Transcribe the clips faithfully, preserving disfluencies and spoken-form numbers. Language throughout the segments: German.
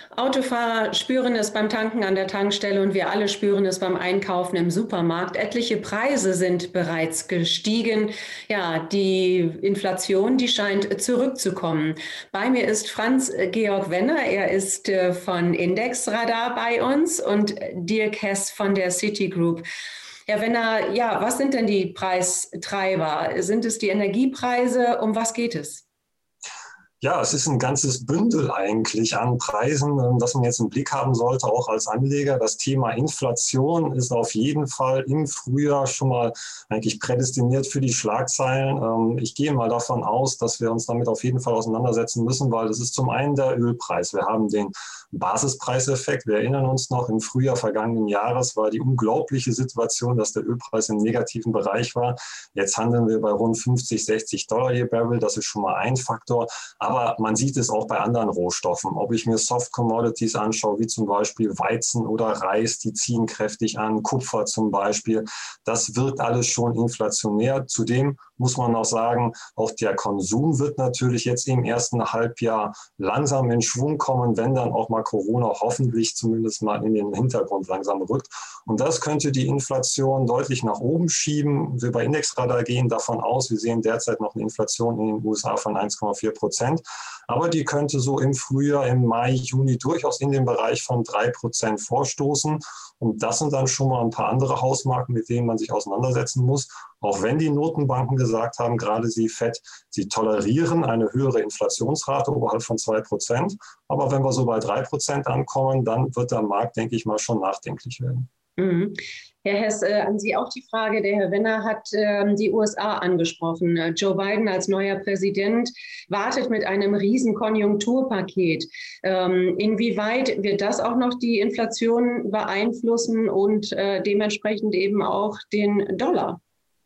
Autofahrer spüren es beim Tanken an der Tankstelle und wir alle spüren es beim Einkaufen im Supermarkt. Etliche Preise sind bereits gestiegen. Ja, die Inflation, die scheint zurückzukommen. Bei mir ist Franz-Georg Wenner. Er ist äh, von Indexradar bei uns und Dirk Hess von der Citigroup. Herr Wenner, ja, was sind denn die Preistreiber? Sind es die Energiepreise? Um was geht es? Ja, es ist ein ganzes Bündel eigentlich an Preisen, das man jetzt im Blick haben sollte, auch als Anleger. Das Thema Inflation ist auf jeden Fall im Frühjahr schon mal eigentlich prädestiniert für die Schlagzeilen. Ich gehe mal davon aus, dass wir uns damit auf jeden Fall auseinandersetzen müssen, weil das ist zum einen der Ölpreis. Wir haben den Basispreiseffekt. Wir erinnern uns noch, im Frühjahr vergangenen Jahres war die unglaubliche Situation, dass der Ölpreis im negativen Bereich war. Jetzt handeln wir bei rund fünfzig, sechzig Dollar je Barrel. Das ist schon mal ein Faktor. Aber man sieht es auch bei anderen Rohstoffen. Ob ich mir Soft Commodities anschaue, wie zum Beispiel Weizen oder Reis, die ziehen kräftig an, Kupfer zum Beispiel. Das wirkt alles schon inflationär. Zudem muss man noch sagen, auch der Konsum wird natürlich jetzt im ersten Halbjahr langsam in Schwung kommen, wenn dann auch mal Corona hoffentlich zumindest mal in den Hintergrund langsam rückt. Und das könnte die Inflation deutlich nach oben schieben. Wir bei Indexradar gehen davon aus, wir sehen derzeit noch eine Inflation in den U S A von eins Komma vier Prozent. Aber die könnte so im Frühjahr, im Mai, Juni durchaus in den Bereich von drei Prozent vorstoßen. Und das sind dann schon mal ein paar andere Hausmarken, mit denen man sich auseinandersetzen muss. Auch wenn die Notenbanken gesagt haben, gerade sie Fed, sie tolerieren eine höhere Inflationsrate oberhalb von zwei Prozent. Aber wenn wir so bei drei Prozent ankommen, dann wird der Markt, denke ich mal, schon nachdenklich werden. Mhm. Herr Hess, äh, an Sie auch die Frage. Der Herr Wenner hat äh, die U S A angesprochen. Äh, Joe Biden als neuer Präsident wartet mit einem riesen Konjunkturpaket. Ähm, inwieweit wird das auch noch die Inflation beeinflussen und äh, dementsprechend eben auch den Dollar?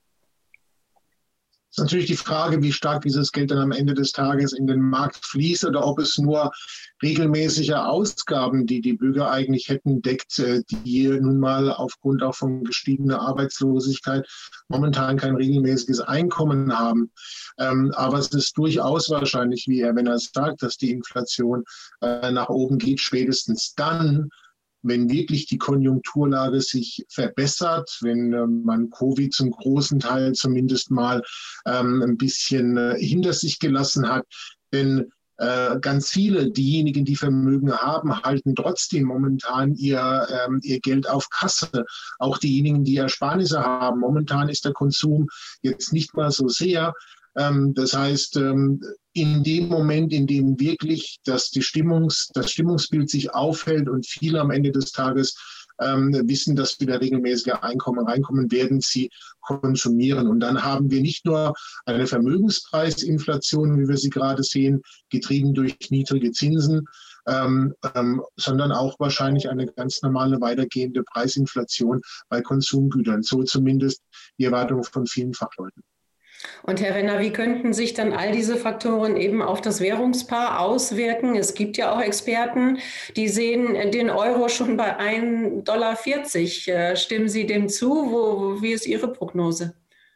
Es ist natürlich die Frage, wie stark dieses Geld dann am Ende des Tages in den Markt fließt oder ob es nur regelmäßige Ausgaben, die die Bürger eigentlich hätten, deckt, die nun mal aufgrund auch von gestiegener Arbeitslosigkeit momentan kein regelmäßiges Einkommen haben. Ähm, aber es ist durchaus wahrscheinlich, wie Herr Wenner sagt, dass die Inflation äh, nach oben geht, spätestens dann, wenn wirklich die Konjunkturlage sich verbessert, wenn äh, man Covid zum großen Teil zumindest mal ähm, ein bisschen äh, hinter sich gelassen hat. Denn äh, ganz viele, diejenigen, die Vermögen haben, halten trotzdem momentan ihr, ähm, ihr Geld auf Kasse. Auch diejenigen, die Ersparnisse haben. Momentan ist der Konsum jetzt nicht mal so sehr. Ähm, das heißt, ähm, in dem Moment, in dem wirklich das, die Stimmungs, das Stimmungsbild sich aufhält und viele am Ende des Tages ähm, wissen, dass wieder regelmäßige Einkommen reinkommen, werden sie konsumieren. Und dann haben wir nicht nur eine Vermögenspreisinflation, wie wir sie gerade sehen, getrieben durch niedrige Zinsen, ähm, ähm, sondern auch wahrscheinlich eine ganz normale weitergehende Preisinflation bei Konsumgütern. So zumindest die Erwartung von vielen Fachleuten. Und Herr Wenner, wie könnten sich dann all diese Faktoren eben auf das Währungspaar auswirken? Es gibt ja auch Experten, die sehen den Euro schon bei ein Komma vierzig Dollar. Stimmen Sie dem zu? Wo, wie ist Ihre Prognose?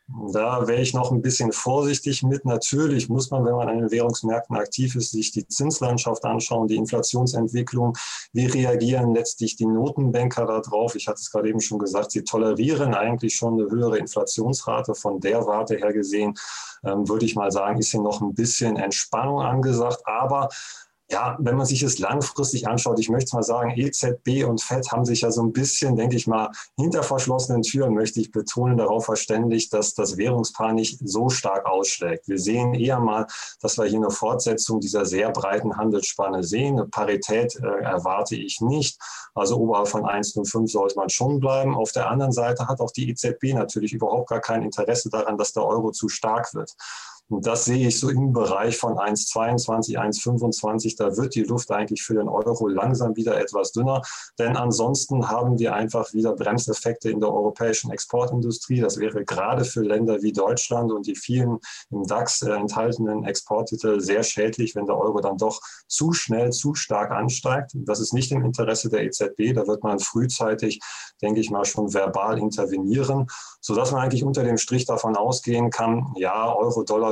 Da wäre ich noch ein bisschen vorsichtig mit. Natürlich muss man, wenn man an den Währungsmärkten aktiv ist, sich die Zinslandschaft anschauen, die Inflationsentwicklung. Wie reagieren letztlich die Notenbanker da drauf? Ich hatte es gerade eben schon gesagt, sie tolerieren eigentlich schon eine höhere Inflationsrate. Von der Warte her gesehen, ähm, würde ich mal sagen, ist hier noch ein bisschen Entspannung angesagt. Aber ja, wenn man sich es langfristig anschaut, ich möchte mal sagen, E Z B und Fed haben sich ja so ein bisschen, denke ich mal, hinter verschlossenen Türen, möchte ich betonen, darauf verständigt, dass das Währungspaar nicht so stark ausschlägt. Wir sehen eher mal, dass wir hier eine Fortsetzung dieser sehr breiten Handelsspanne sehen. Eine Parität äh, erwarte ich nicht. Also oberhalb von eins Komma null fünf sollte man schon bleiben. Auf der anderen Seite hat auch die E Z B natürlich überhaupt gar kein Interesse daran, dass der Euro zu stark wird. Und das sehe ich so im Bereich von eins Komma zweiundzwanzig, eins Komma fünfundzwanzig. Da wird die Luft eigentlich für den Euro langsam wieder etwas dünner. Denn ansonsten haben wir einfach wieder Bremseffekte in der europäischen Exportindustrie. Das wäre gerade für Länder wie Deutschland und die vielen im DAX äh, enthaltenen Exporttitel sehr schädlich, wenn der Euro dann doch zu schnell, zu stark ansteigt. Das ist nicht im Interesse der E Z B. Da wird man frühzeitig, denke ich mal, schon verbal intervenieren, sodass man eigentlich unter dem Strich davon ausgehen kann, ja, Euro-Dollar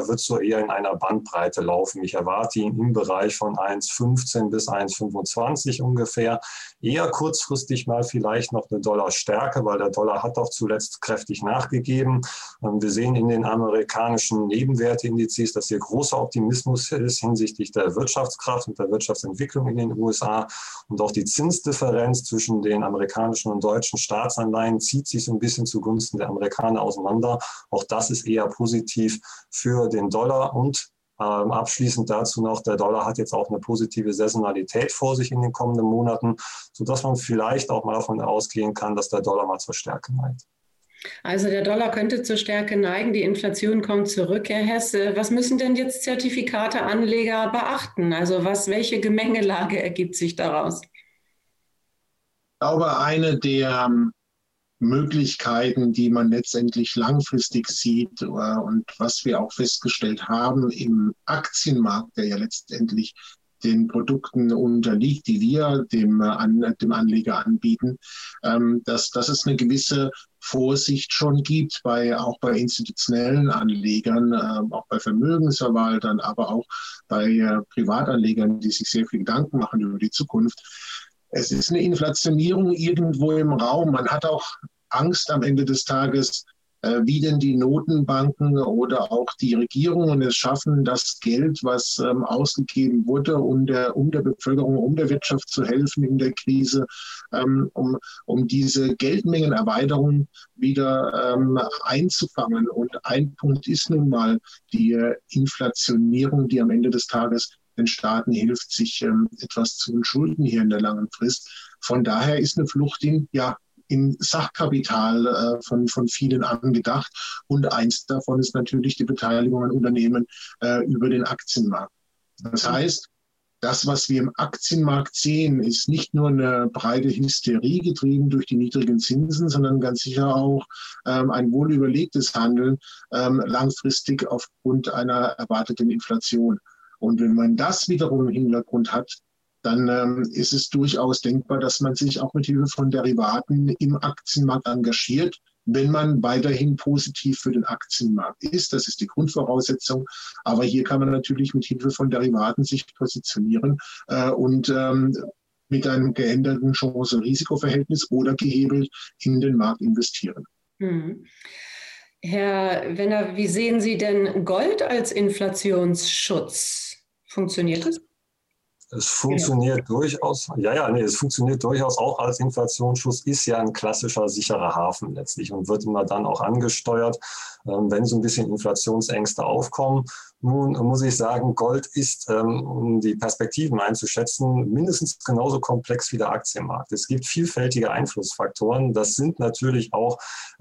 Dollar wird so eher in einer Bandbreite laufen. Ich erwarte ihn im Bereich von eins Komma fünfzehn bis eins Komma fünfundzwanzig ungefähr. Eher kurzfristig mal vielleicht noch eine Dollarstärke, weil der Dollar hat doch zuletzt kräftig nachgegeben. Wir sehen in den amerikanischen Nebenwerteindizes, dass hier großer Optimismus ist hinsichtlich der Wirtschaftskraft und der Wirtschaftsentwicklung in den U S A. Und auch die Zinsdifferenz zwischen den amerikanischen und deutschen Staatsanleihen zieht sich so ein bisschen zugunsten der Amerikaner auseinander. Auch das ist eher positiv für den Dollar. Und ähm, abschließend dazu noch, der Dollar hat jetzt auch eine positive Saisonalität vor sich in den kommenden Monaten, sodass man vielleicht auch mal davon ausgehen kann, dass der Dollar mal zur Stärke neigt. Also der Dollar könnte zur Stärke neigen, die Inflation kommt zurück, Herr Hess. Was müssen denn jetzt Zertifikateanleger beachten? Also was, welche Gemengelage ergibt sich daraus? Ich glaube, eine der Möglichkeiten, die man letztendlich langfristig sieht und was wir auch festgestellt haben im Aktienmarkt, der ja letztendlich den Produkten unterliegt, die wir dem, an, dem Anleger anbieten, ähm, dass, dass es eine gewisse Vorsicht schon gibt, bei, auch bei institutionellen Anlegern, äh, auch bei Vermögensverwaltern, aber auch bei äh, Privatanlegern, die sich sehr viel Gedanken machen über die Zukunft. Es ist eine Inflationierung irgendwo im Raum. Man hat auch Angst am Ende des Tages, wie denn die Notenbanken oder auch die Regierungen es schaffen, das Geld, was ähm, ausgegeben wurde, um der, um der Bevölkerung, um der Wirtschaft zu helfen in der Krise, ähm, um, um diese Geldmengenerweiterung wieder ähm, einzufangen. Und ein Punkt ist nun mal die äh, Inflationierung, die am Ende des Tages den Staaten hilft, sich ähm, etwas zu entschulden hier in der langen Frist. Von daher ist eine Flucht in, ja, in Sachkapital äh, von, von vielen angedacht. Und eins davon ist natürlich die Beteiligung an Unternehmen äh, über den Aktienmarkt. Das heißt, das, was wir im Aktienmarkt sehen, ist nicht nur eine breite Hysterie getrieben durch die niedrigen Zinsen, sondern ganz sicher auch ähm, ein wohlüberlegtes Handeln ähm, langfristig aufgrund einer erwarteten Inflation. Und wenn man das wiederum im Hintergrund hat, dann ähm, ist es durchaus denkbar, dass man sich auch mit Hilfe von Derivaten im Aktienmarkt engagiert, wenn man weiterhin positiv für den Aktienmarkt ist. Das ist die Grundvoraussetzung. Aber hier kann man natürlich mit Hilfe von Derivaten sich positionieren äh, und ähm, mit einem geänderten Chance-Risiko-Verhältnis oder gehebelt in den Markt investieren. Hm. Herr Wenner, wie sehen Sie denn Gold als Inflationsschutz? Funktioniert das? Es funktioniert ja. durchaus, ja, ja, nee, es funktioniert durchaus auch als Inflationsschutz, ist ja ein klassischer sicherer Hafen letztlich und wird immer dann auch angesteuert, wenn so ein bisschen Inflationsängste aufkommen. Nun muss ich sagen, Gold ist, um die Perspektiven einzuschätzen, mindestens genauso komplex wie der Aktienmarkt. Es gibt vielfältige Einflussfaktoren. Das sind natürlich auch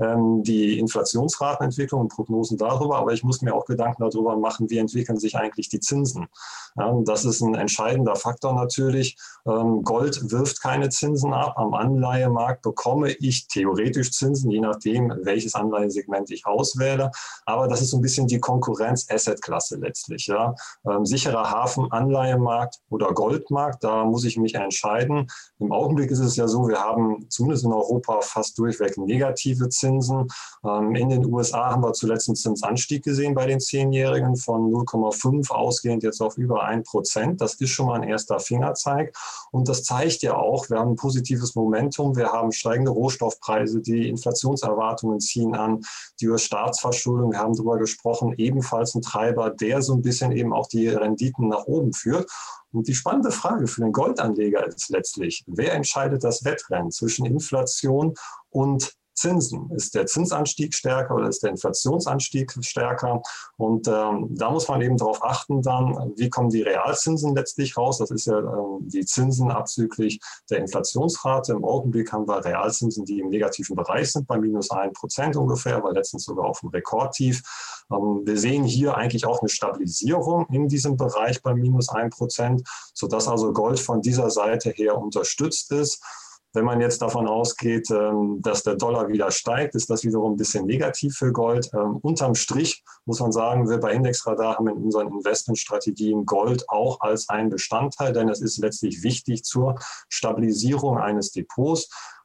die Inflationsratenentwicklung und Prognosen darüber, aber ich muss mir auch Gedanken darüber machen, wie entwickeln sich eigentlich die Zinsen. Das ist ein entscheidender Faktor natürlich. Gold wirft keine Zinsen ab. Am Anleihemarkt bekomme ich theoretisch Zinsen, je nachdem, welches Anleihesegment ich auswähle. Aber das ist so ein bisschen die Konkurrenz-Asset-Klasse letztlich. Ja. Ähm, sicherer Hafen, Anleihemarkt oder Goldmarkt, da muss ich mich entscheiden. Im Augenblick ist es ja so, wir haben zumindest in Europa fast durchweg negative Zinsen. Ähm, in den U S A haben wir zuletzt einen Zinsanstieg gesehen bei den Zehnjährigen von null Komma fünf ausgehend jetzt auf über ein Prozent. Das ist schon mal ein erster Fingerzeig. Und das zeigt ja auch, wir haben ein positives Momentum, wir haben steigende Rohstoffpreise, die Inflationserwartungen ziehen an, die über Staatsverschuldung, wir haben darüber gesprochen, ebenfalls ein Treiber, der so ein bisschen eben auch die Renditen nach oben führt. Und die spannende Frage für den Goldanleger ist letztlich, wer entscheidet das Wettrennen zwischen Inflation und Zinsen? Ist der Zinsanstieg stärker oder ist der Inflationsanstieg stärker? Und ähm, da muss man eben darauf achten dann, wie kommen die Realzinsen letztlich raus? Das ist ja ähm, die Zinsen abzüglich der Inflationsrate. Im Augenblick haben wir Realzinsen, die im negativen Bereich sind, bei minus ein Prozent ungefähr, aber letztens sogar auf dem Rekordtief. Ähm, wir sehen hier eigentlich auch eine Stabilisierung in diesem Bereich bei minus ein Prozent, sodass also Gold von dieser Seite her unterstützt ist. Wenn man jetzt davon ausgeht, dass der Dollar wieder steigt, ist das wiederum ein bisschen negativ für Gold. Unterm Strich muss man sagen, wir bei Indexradar haben in unseren Investmentstrategien Gold auch als einen Bestandteil, denn es ist letztlich wichtig zur Stabilisierung eines Depots.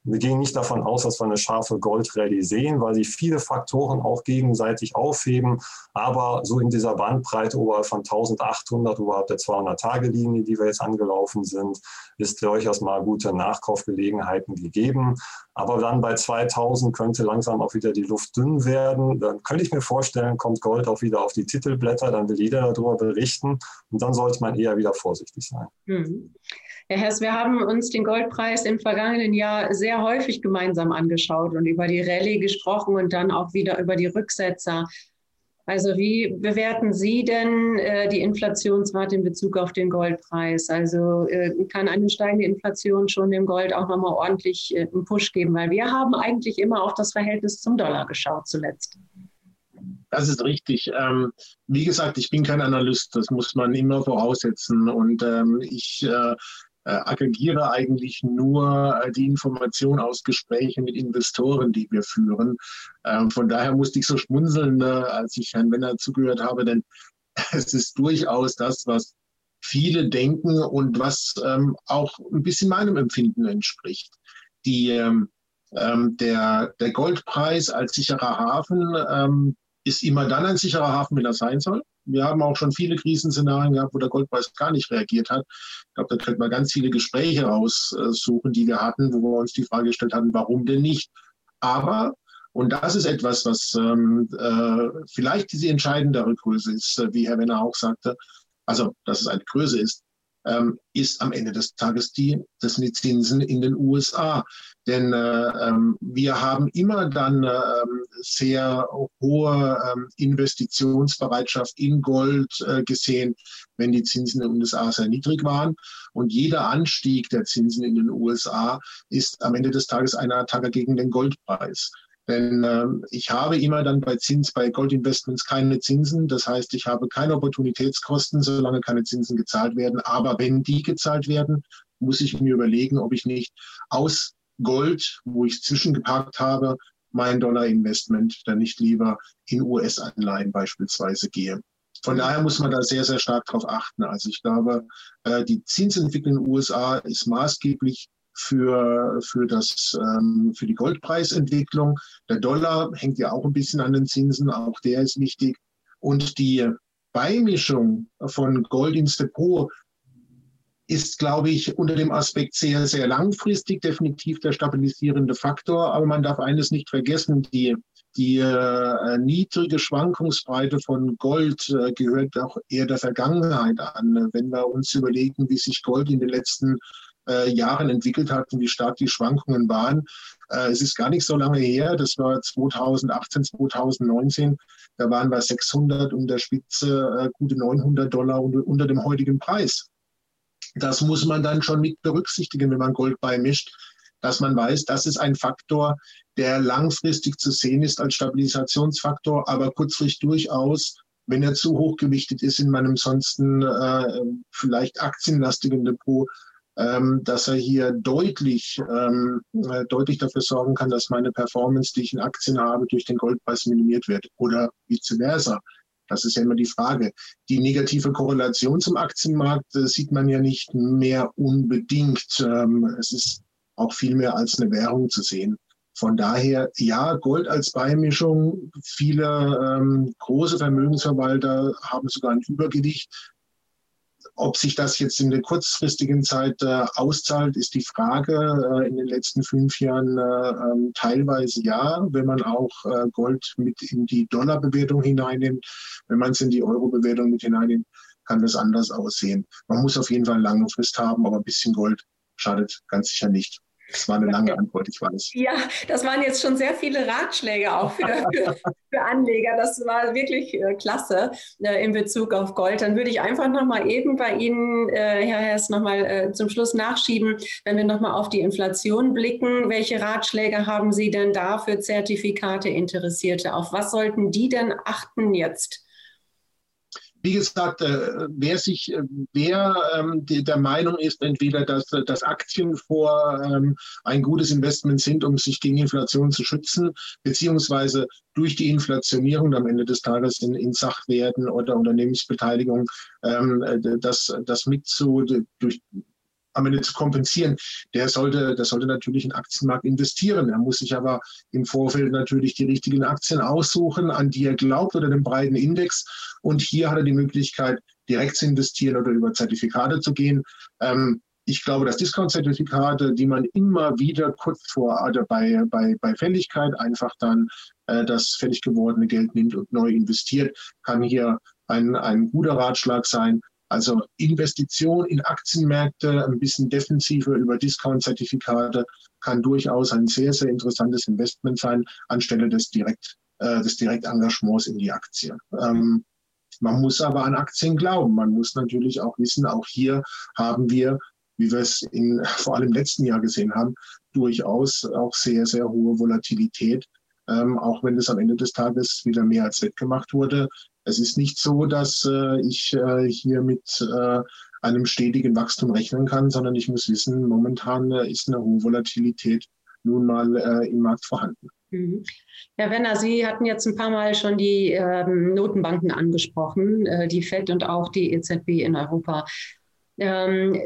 Wir gehen nicht davon aus, dass wir eine scharfe Goldrallye sehen, weil sich viele Faktoren auch gegenseitig aufheben. Aber so in dieser Bandbreite oberhalb von eintausendachthundert, oberhalb der zweihundert-Tage-Linie, die wir jetzt angelaufen sind, ist durchaus mal gute Nachkaufgelegenheiten gegeben. Aber dann bei zweitausend könnte langsam auch wieder die Luft dünn werden. Dann könnte ich mir vorstellen, kommt Gold auch wieder auf die Titelblätter, dann will jeder darüber berichten. Und dann sollte man eher wieder vorsichtig sein. Hm. Herr Hess, wir haben uns den Goldpreis im vergangenen Jahr sehr häufig gemeinsam angeschaut und über die Rallye gesprochen und dann auch wieder über die Rücksetzer. Also wie bewerten Sie denn äh, die Inflationsrate in Bezug auf den Goldpreis? Also äh, kann eine steigende Inflation schon dem Gold auch nochmal ordentlich äh, einen Push geben? Weil wir haben eigentlich immer auf das Verhältnis zum Dollar geschaut zuletzt. Das ist richtig. Ähm, wie gesagt, ich bin kein Analyst, das muss man immer voraussetzen. Und ähm, ich äh, Äh, aggregiere eigentlich nur äh, die Information aus Gesprächen mit Investoren, die wir führen. Ähm, von daher musste ich so schmunzeln, äh, als ich Herrn Wenner zugehört habe, denn es ist durchaus das, was viele denken und was ähm, auch ein bisschen meinem Empfinden entspricht. Die, ähm, ähm, der, der Goldpreis als sicherer Hafen ähm, ist immer dann ein sicherer Hafen, wenn er sein soll. Wir haben auch schon viele Krisenszenarien gehabt, wo der Goldpreis gar nicht reagiert hat. Ich glaube, da könnte man ganz viele Gespräche raussuchen, die wir hatten, wo wir uns die Frage gestellt haben, warum denn nicht? Aber, und das ist etwas, was ähm, äh, vielleicht diese entscheidendere Größe ist, äh, wie Herr Wenner auch sagte, also dass es eine Größe ist, ähm, ist am Ende des Tages die, das sind die Zinsen in den U S A. Denn äh, ähm, wir haben immer dann äh, sehr hohe äh, Investitionsbereitschaft in Gold äh, gesehen, wenn die Zinsen in den U S A sehr niedrig waren. Und jeder Anstieg der Zinsen in den U S A ist am Ende des Tages eine Attacke gegen den Goldpreis. Denn äh, ich habe immer dann bei Zins, bei Goldinvestments keine Zinsen. Das heißt, ich habe keine Opportunitätskosten, solange keine Zinsen gezahlt werden. Aber wenn die gezahlt werden, muss ich mir überlegen, ob ich nicht aus Gold, wo ich zwischengeparkt habe, mein Dollar-Investment dann nicht lieber in U S-Anleihen beispielsweise gehe. Von daher muss man da sehr, sehr stark darauf achten. Also ich glaube, äh, die Zinsentwicklung in den U S A ist maßgeblich für, für, das, ähm, für die Goldpreisentwicklung. Der Dollar hängt ja auch ein bisschen an den Zinsen, auch der ist wichtig. Und die Beimischung von Gold ins Depot ist, glaube ich, unter dem Aspekt sehr, sehr langfristig definitiv der stabilisierende Faktor. Aber man darf eines nicht vergessen, die, die äh, niedrige Schwankungsbreite von Gold äh, gehört auch eher der Vergangenheit an. Wenn wir uns überlegen, wie sich Gold in den letzten äh, Jahren entwickelt hat und wie stark die Schwankungen waren. Äh, es ist gar nicht so lange her, das war zweitausendachtzehn, zweitausendneunzehn, da waren wir sechshundert und der Spitze äh, gute neunhundert Dollar unter, unter dem heutigen Preis. Das muss man dann schon mit berücksichtigen, wenn man Gold beimischt, dass man weiß, das ist ein Faktor, der langfristig zu sehen ist als Stabilisationsfaktor, aber kurzfristig durchaus, wenn er zu hoch gewichtet ist in meinem sonst äh, vielleicht aktienlastigen Depot, ähm, dass er hier deutlich, ähm, äh, deutlich dafür sorgen kann, dass meine Performance, die ich in Aktien habe, durch den Goldpreis minimiert wird oder vice versa. Das ist ja immer die Frage. Die negative Korrelation zum Aktienmarkt äh, sieht man ja nicht mehr unbedingt. Ähm, es ist auch viel mehr als eine Währung zu sehen. Von daher, ja, Gold als Beimischung. Viele ähm, große Vermögensverwalter haben sogar ein Übergewicht. Ob sich das jetzt in der kurzfristigen Zeit äh, auszahlt, ist die Frage. Äh, in den letzten fünf Jahren äh, ähm, teilweise ja, wenn man auch äh, Gold mit in die Dollarbewertung hineinnimmt. Wenn man es in die Euro-Bewertung mit hineinnimmt, kann das anders aussehen. Man muss auf jeden Fall eine lange Frist haben, aber ein bisschen Gold schadet ganz sicher nicht. Das war eine lange Antwort, ich weiß. Ja, das waren jetzt schon sehr viele Ratschläge auch für, für, für Anleger. Das war wirklich äh, klasse äh, in Bezug auf Gold. Dann würde ich einfach noch mal eben bei Ihnen, äh, Herr Hess, noch mal äh, zum Schluss nachschieben, wenn wir noch mal auf die Inflation blicken. Welche Ratschläge haben Sie denn da für Zertifikate Interessierte? Auf was sollten die denn achten jetzt? Wie gesagt, wer sich, wer ähm, die, der Meinung ist, entweder, dass, dass Aktien vor ähm, ein gutes Investment sind, um sich gegen Inflation zu schützen, beziehungsweise durch die Inflationierung am Ende des Tages in, in Sachwerten oder Unternehmensbeteiligung, ähm, das, das mit zu, durch am Ende zu kompensieren, der sollte, der sollte natürlich in den Aktienmarkt investieren. Er muss sich aber im Vorfeld natürlich die richtigen Aktien aussuchen, an die er glaubt oder den breiten Index. Und hier hat er die Möglichkeit, direkt zu investieren oder über Zertifikate zu gehen. Ähm, Ich glaube, dass Discount-Zertifikate, die man immer wieder kurz vor oder bei, bei, bei Fälligkeit einfach dann äh, das fällig gewordene Geld nimmt und neu investiert, kann hier ein, ein guter Ratschlag sein. Also Investition in Aktienmärkte, ein bisschen defensiver über Discount-Zertifikate kann durchaus ein sehr, sehr interessantes Investment sein, anstelle des, Direkt, äh, des Direktengagements in die Aktie. Ähm, man muss aber an Aktien glauben. Man muss natürlich auch wissen, auch hier haben wir, wie wir es in, vor allem im letzten Jahr gesehen haben, durchaus auch sehr, sehr hohe Volatilität, ähm, auch wenn es am Ende des Tages wieder mehr als wettgemacht wurde. Es ist nicht so, dass äh, ich äh, hier mit äh, einem stetigen Wachstum rechnen kann, sondern ich muss wissen, momentan äh, ist eine hohe Volatilität nun mal äh, im Markt vorhanden. Mhm. Herr Wenner, Sie hatten jetzt ein paar Mal schon die ähm, Notenbanken angesprochen, äh, die Fed und auch die E Z B in Europa. Ähm,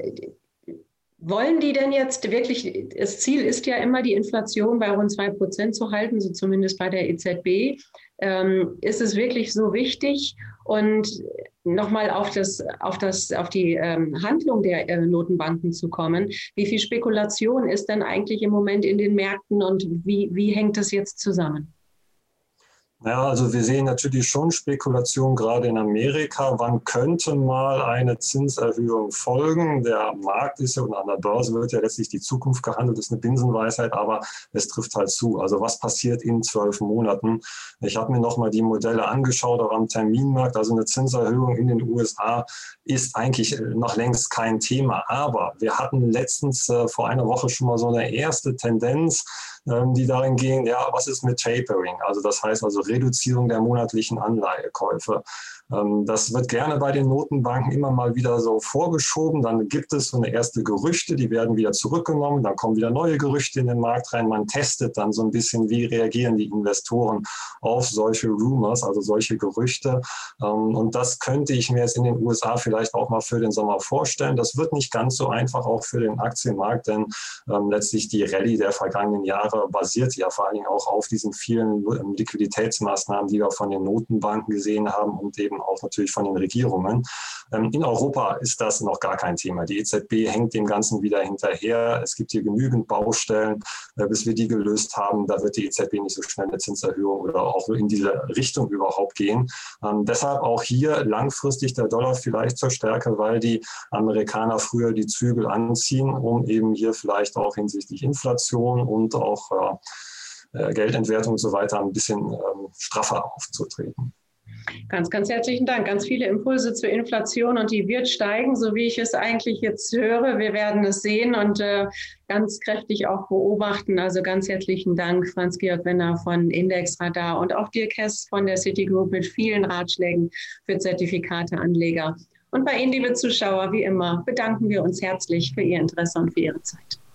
Wollen die denn jetzt wirklich, das Ziel ist ja immer, die Inflation bei rund zwei Prozent zu halten, so zumindest bei der E Z B. Ähm, ist es wirklich so wichtig? Und nochmal auf, das, auf, das, auf die ähm, Handlung der äh, Notenbanken zu kommen. Wie viel Spekulation ist denn eigentlich im Moment in den Märkten und wie, wie hängt das jetzt zusammen? Ja, also wir sehen natürlich schon Spekulation gerade in Amerika. Wann könnte mal eine Zinserhöhung folgen? Der Markt ist ja und an der Börse wird ja letztlich die Zukunft gehandelt, das ist eine Binsenweisheit, aber es trifft halt zu. Also was passiert in zwölf Monaten? Ich habe mir nochmal die Modelle angeschaut, auch am Terminmarkt. Also eine Zinserhöhung in den U S A ist eigentlich noch längst kein Thema. Aber wir hatten letztens äh, vor einer Woche schon mal so eine erste Tendenz, ähm, die darin ging, ja, was ist mit Tapering? Also das heißt also Reduzierung der monatlichen Anleihekäufe. Das wird gerne bei den Notenbanken immer mal wieder so vorgeschoben. Dann gibt es so eine erste Gerüchte, die werden wieder zurückgenommen. Dann kommen wieder neue Gerüchte in den Markt rein. Man testet dann so ein bisschen, wie reagieren die Investoren auf solche Rumors, also solche Gerüchte. Und das könnte ich mir jetzt in den U S A vielleicht auch mal für den Sommer vorstellen. Das wird nicht ganz so einfach auch für den Aktienmarkt, denn letztlich die Rallye der vergangenen Jahre basiert ja vor allen Dingen auch auf diesen vielen Liquiditätsmaßnahmen, die wir von den Notenbanken gesehen haben und eben auch natürlich von den Regierungen. In Europa ist das noch gar kein Thema. Die E Z B hängt dem Ganzen wieder hinterher. Es gibt hier genügend Baustellen, bis wir die gelöst haben. Da wird die E Z B nicht so schnell eine Zinserhöhung oder auch in diese Richtung überhaupt gehen. Ähm, deshalb auch hier langfristig der Dollar vielleicht zur Stärke, weil die Amerikaner früher die Zügel anziehen, um eben hier vielleicht auch hinsichtlich Inflation und auch äh, Geldentwertung und so weiter ein bisschen ähm, straffer aufzutreten. Ganz, ganz herzlichen Dank. Ganz viele Impulse zur Inflation und die wird steigen, so wie ich es eigentlich jetzt höre. Wir werden es sehen und äh, ganz kräftig auch beobachten. Also ganz herzlichen Dank, Franz-Georg Wenner von Indexradar und auch Dirk Hess von der Citigroup mit vielen Ratschlägen für Zertifikateanleger. Und bei Ihnen, liebe Zuschauer, wie immer, bedanken wir uns herzlich für Ihr Interesse und für Ihre Zeit.